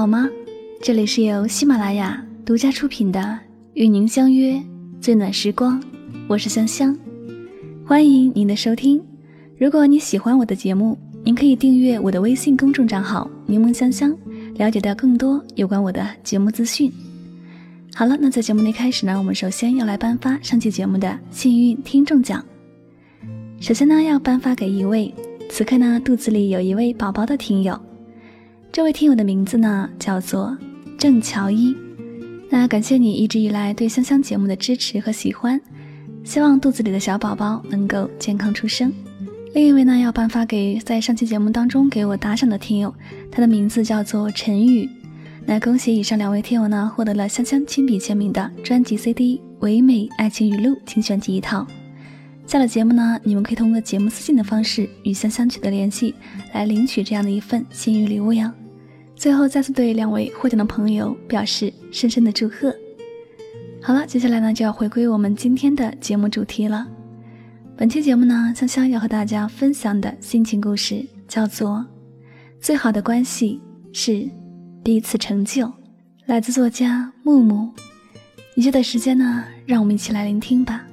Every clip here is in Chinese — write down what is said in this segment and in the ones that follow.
好吗？这里是由喜马拉雅独家出品的与您相约最暖时光，我是香香，欢迎您的收听。如果你喜欢我的节目，您可以订阅我的微信公众账号柠檬香香，了解到更多有关我的节目资讯。好了，那在节目的开始呢，我们首先要来颁发上期节目的幸运听众奖。首先呢，要颁发给一位此刻呢肚子里有一位宝宝的听友，这位听友的名字呢叫做郑乔一。那感谢你一直以来对香香节目的支持和喜欢，希望肚子里的小宝宝能够健康出生。另一位呢要颁发给在上期节目当中给我打赏的听友，他的名字叫做陈宇。那恭喜以上两位听友呢获得了香香亲笔签名的专辑 CD 唯美爱情语录精选集一套。下了节目呢，你们可以通过节目私信的方式与香香取得联系，来领取这样的一份幸运礼物呀。最后再次对两位获奖的朋友表示深深的祝贺。好了，接下来呢就要回归我们今天的节目主题了。本期节目呢，香香要和大家分享的心情故事叫做最好的关系是彼此成就，来自作家木木。以下的时间呢，让我们一起来聆听吧。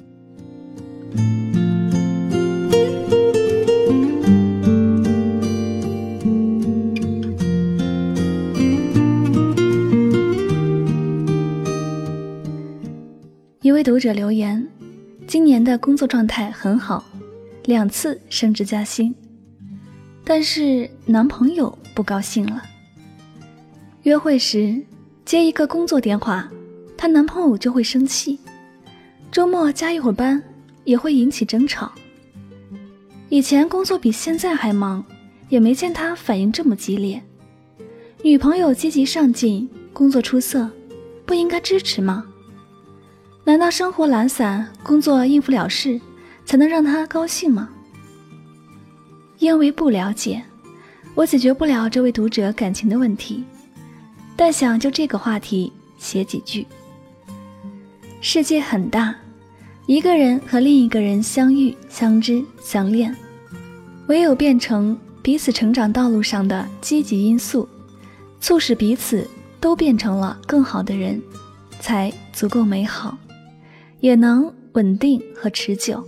一位读者留言，今年的工作状态很好，2次升职加薪，但是男朋友不高兴了。约会时接一个工作电话，她男朋友就会生气，周末加一会儿班也会引起争吵。以前工作比现在还忙，也没见他反应这么激烈。女朋友积极上进，工作出色，不应该支持吗？难道生活懒散，工作应付了事，才能让他高兴吗？因为不了解，我解决不了这位读者感情的问题，但想就这个话题写几句。世界很大，一个人和另一个人相遇、相知、相恋，唯有变成彼此成长道路上的积极因素，促使彼此都变成了更好的人，才足够美好，也能稳定和持久。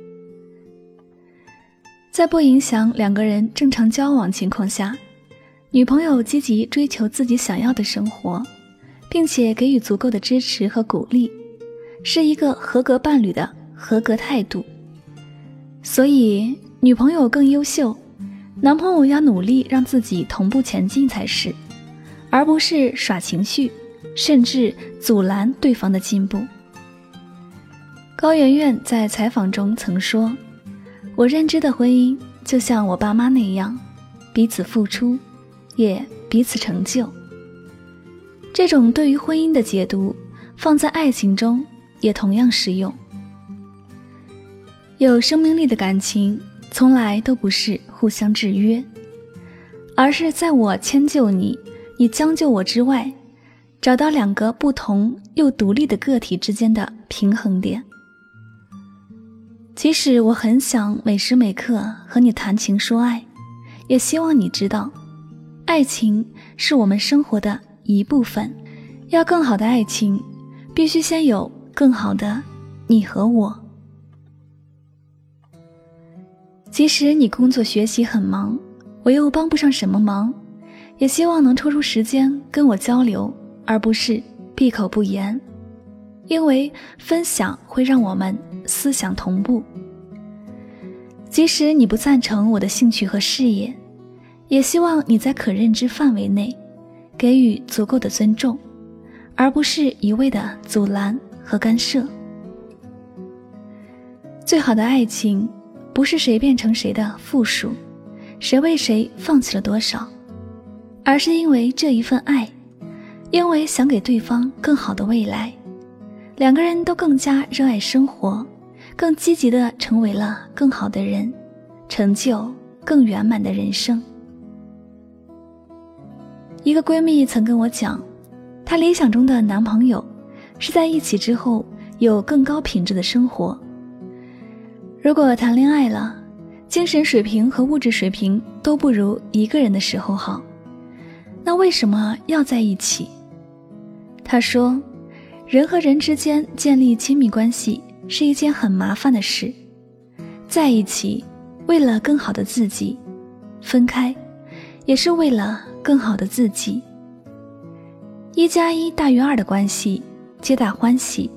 在不影响两个人正常交往情况下，女朋友积极追求自己想要的生活，并且给予足够的支持和鼓励，是一个合格伴侣的合格态度。所以女朋友更优秀，男朋友要努力让自己同步前进才是，而不是耍情绪，甚至阻拦对方的进步。高圆圆在采访中曾说，我认知的婚姻就像我爸妈那样，彼此付出，也彼此成就。这种对于婚姻的解读放在爱情中也同样适用。有生命力的感情从来都不是互相制约，而是在我迁就你，你将就我之外，找到两个不同又独立的个体之间的平衡点。即使我很想每时每刻和你谈情说爱，也希望你知道，爱情是我们生活的一部分。要更好的爱情，必须先有更好的你和我。即使你工作学习很忙，我又帮不上什么忙，也希望能抽出时间跟我交流，而不是闭口不言。因为分享会让我们思想同步。即使你不赞成我的兴趣和事业，也希望你在可认知范围内给予足够的尊重，而不是一味的阻拦和干涉。最好的爱情不是谁变成谁的附属，谁为谁放弃了多少，而是因为这一份爱，因为想给对方更好的未来，两个人都更加热爱生活，更积极地成为了更好的人，成就更圆满的人生。一个闺蜜曾跟我讲，她理想中的男朋友是在一起之后有更高品质的生活。如果谈恋爱了，精神水平和物质水平都不如一个人的时候好， 那为什么要在一起？他说，人和人之间建立亲密关系是一件很麻烦的事，在一起为了更好的自己，分开也是为了更好的自己。1+1大于2的关系皆大欢喜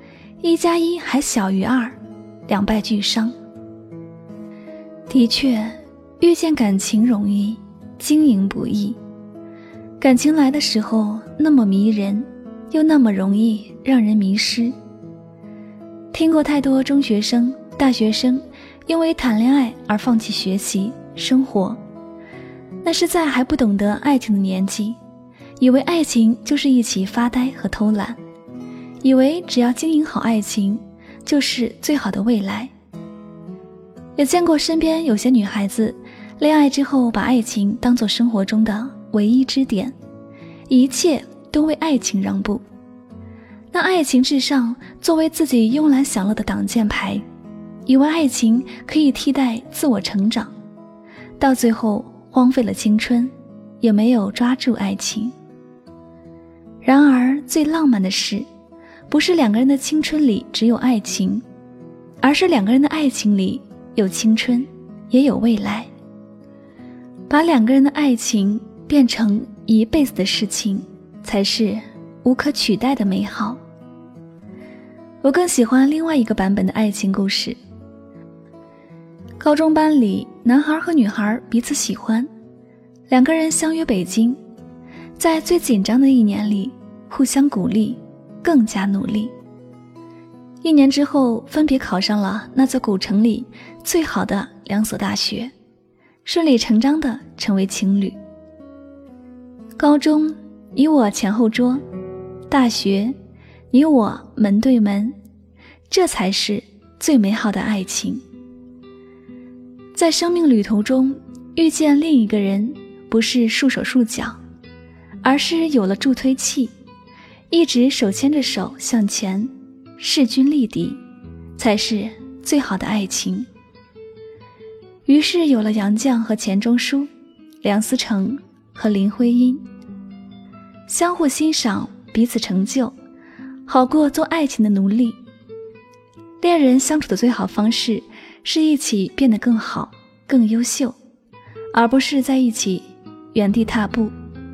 ，1+1还小于2，两败俱伤。的确，遇见感情容易，经营不易。感情来的时候那么迷人，又那么容易让人迷失。听过太多中学生、大学生因为谈恋爱而放弃学习、生活，那是在还不懂得爱情的年纪，以为爱情就是一起发呆和偷懒，以为只要经营好爱情就是最好的未来。也见过身边有些女孩子恋爱之后把爱情当作生活中的唯一支点，一切都为爱情让步，那爱情至上作为自己慵懒享乐的挡箭牌，以为爱情可以替代自我成长，到最后荒废了青春，也没有抓住爱情。然而最浪漫的事，不是两个人的青春里只有爱情，而是两个人的爱情里有青春，也有未来。把两个人的爱情变成一辈子的事情，才是无可取代的美好。我更喜欢另外一个版本的爱情故事。高中班里，男孩和女孩彼此喜欢，两个人相约北京，在最紧张的一年里互相鼓励，更加努力。1年之后，分别考上了那座古城里最好的2所大学，顺理成章地成为情侣。高中你我前后桌，大学你我门对门，这才是最美好的爱情。在生命旅途中遇见另一个人，不是束手束脚，而是有了助推器，一直手牵着手向前，势均力敌，才是最好的爱情。于是有了杨绛和钱钟书，梁思成和林徽因，相互欣赏，彼此成就，好过做爱情的奴隶。恋人相处的最好方式是一起变得更好、更优秀，而不是在一起原地踏步。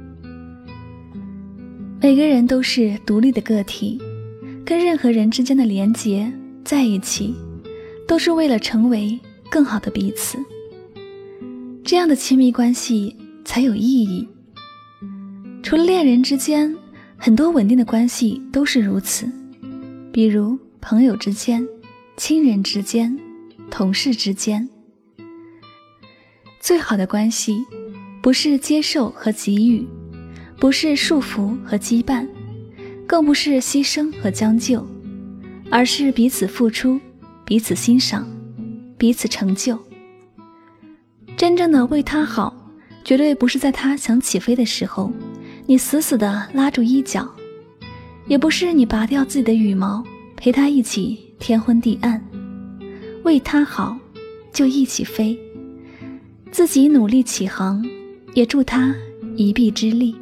每个人都是独立的个体，跟任何人之间的连结在一起，都是为了成为更好的彼此。这样的亲密关系才有意义。除了恋人之间，很多稳定的关系都是如此，比如朋友之间、亲人之间、同事之间。最好的关系不是接受和给予，不是束缚和羁绊，更不是牺牲和将就，而是彼此付出，彼此欣赏，彼此成就。真正的为他好，绝对不是在他想起飞的时候你死死地拉住衣角，也不是你拔掉自己的羽毛陪他一起天昏地暗。为他好就一起飞，自己努力起航，也助他一臂之力。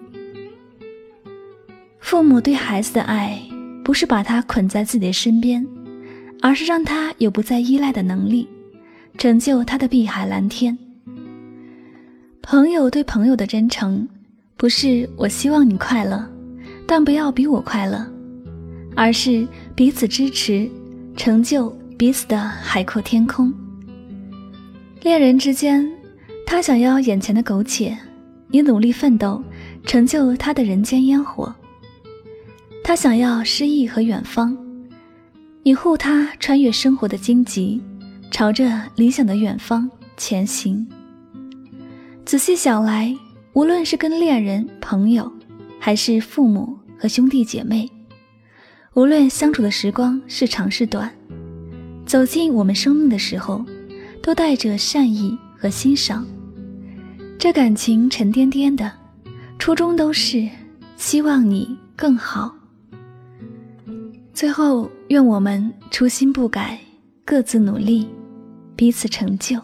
父母对孩子的爱，不是把他捆在自己的身边，而是让他有不再依赖的能力，成就他的碧海蓝天。朋友对朋友的真诚，不是我希望你快乐，但不要比我快乐，而是彼此支持，成就彼此的海阔天空。恋人之间，他想要眼前的苟且，你努力奋斗，成就他的人间烟火。他想要诗意和远方，你护他穿越生活的荆棘，朝着理想的远方前行。仔细想来，无论是跟恋人、朋友，还是父母和兄弟姐妹，无论相处的时光是长是短，走进我们生命的时候，都带着善意和欣赏。这感情沉甸甸的，初衷都是希望你更好。最后，愿我们初心不改，各自努力，彼此成就。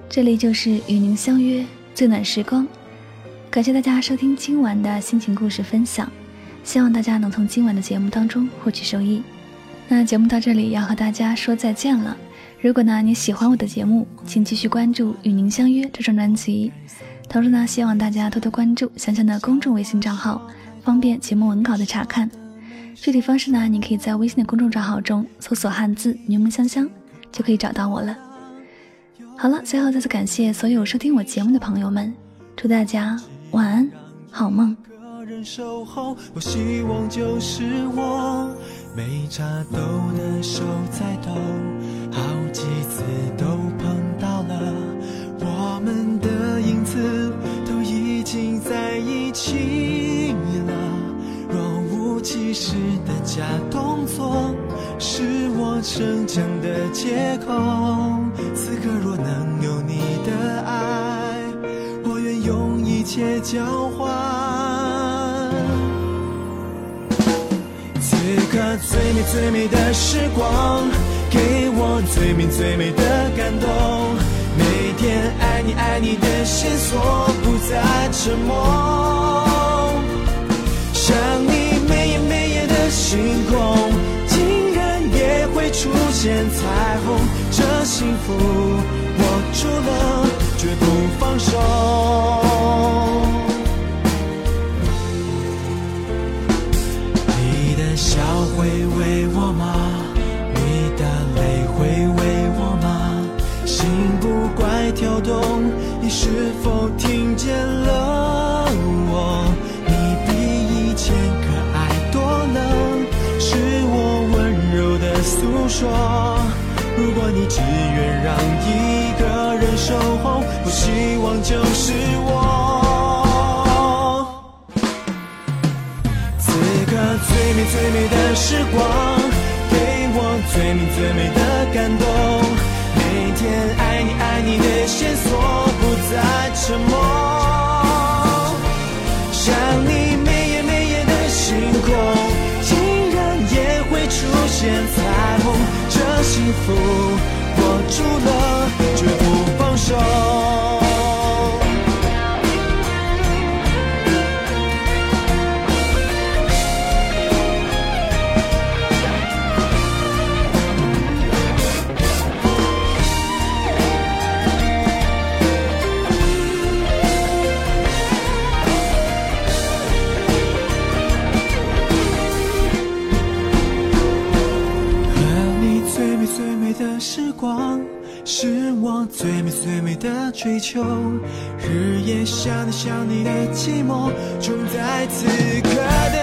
这里就是与您相约最暖时光。感谢大家收听今晚的心情故事分享，希望大家能从今晚的节目当中获取收益。那节目到这里要和大家说再见了。如果呢你喜欢我的节目，请继续关注与您相约这张专辑，同时呢希望大家多多关注香香的公众微信账号，方便节目文稿的查看。具体方式呢，你可以在微信的公众账号中搜索汉字柠檬香香，就可以找到我了。好了，最后再次感谢所有收听我节目的朋友们，祝大家晚安好梦。 守候，我希望就是我，每茶豆的手在抖，好几次都碰到了，我们的影子都已经在一起了。若无其事的假动作是我成长的借口，此刻若能有你的爱，我愿用一切交换。此刻最美最美的时光，给我最美最美的感动，每天爱你爱你的线索不再沉默，想你每夜每夜的星空，竟然也会出现彩虹，这幸福握住了绝不放手。你的笑会为我吗？你的泪会为我吗？心不怪跳动，你是否听见了我？你比以前可爱多了，是我温柔的诉说。如果你只愿让一个人守候，我希望就是我。此刻最美最美的时光，给我最美最美的感动，每天爱你爱你的线索不再沉默，想你每夜每夜的星空，竟然也会出现彩虹，这幸福握住了绝不放手。时光是我最美最美的追求，日夜想你想你的寂寞，总在此刻的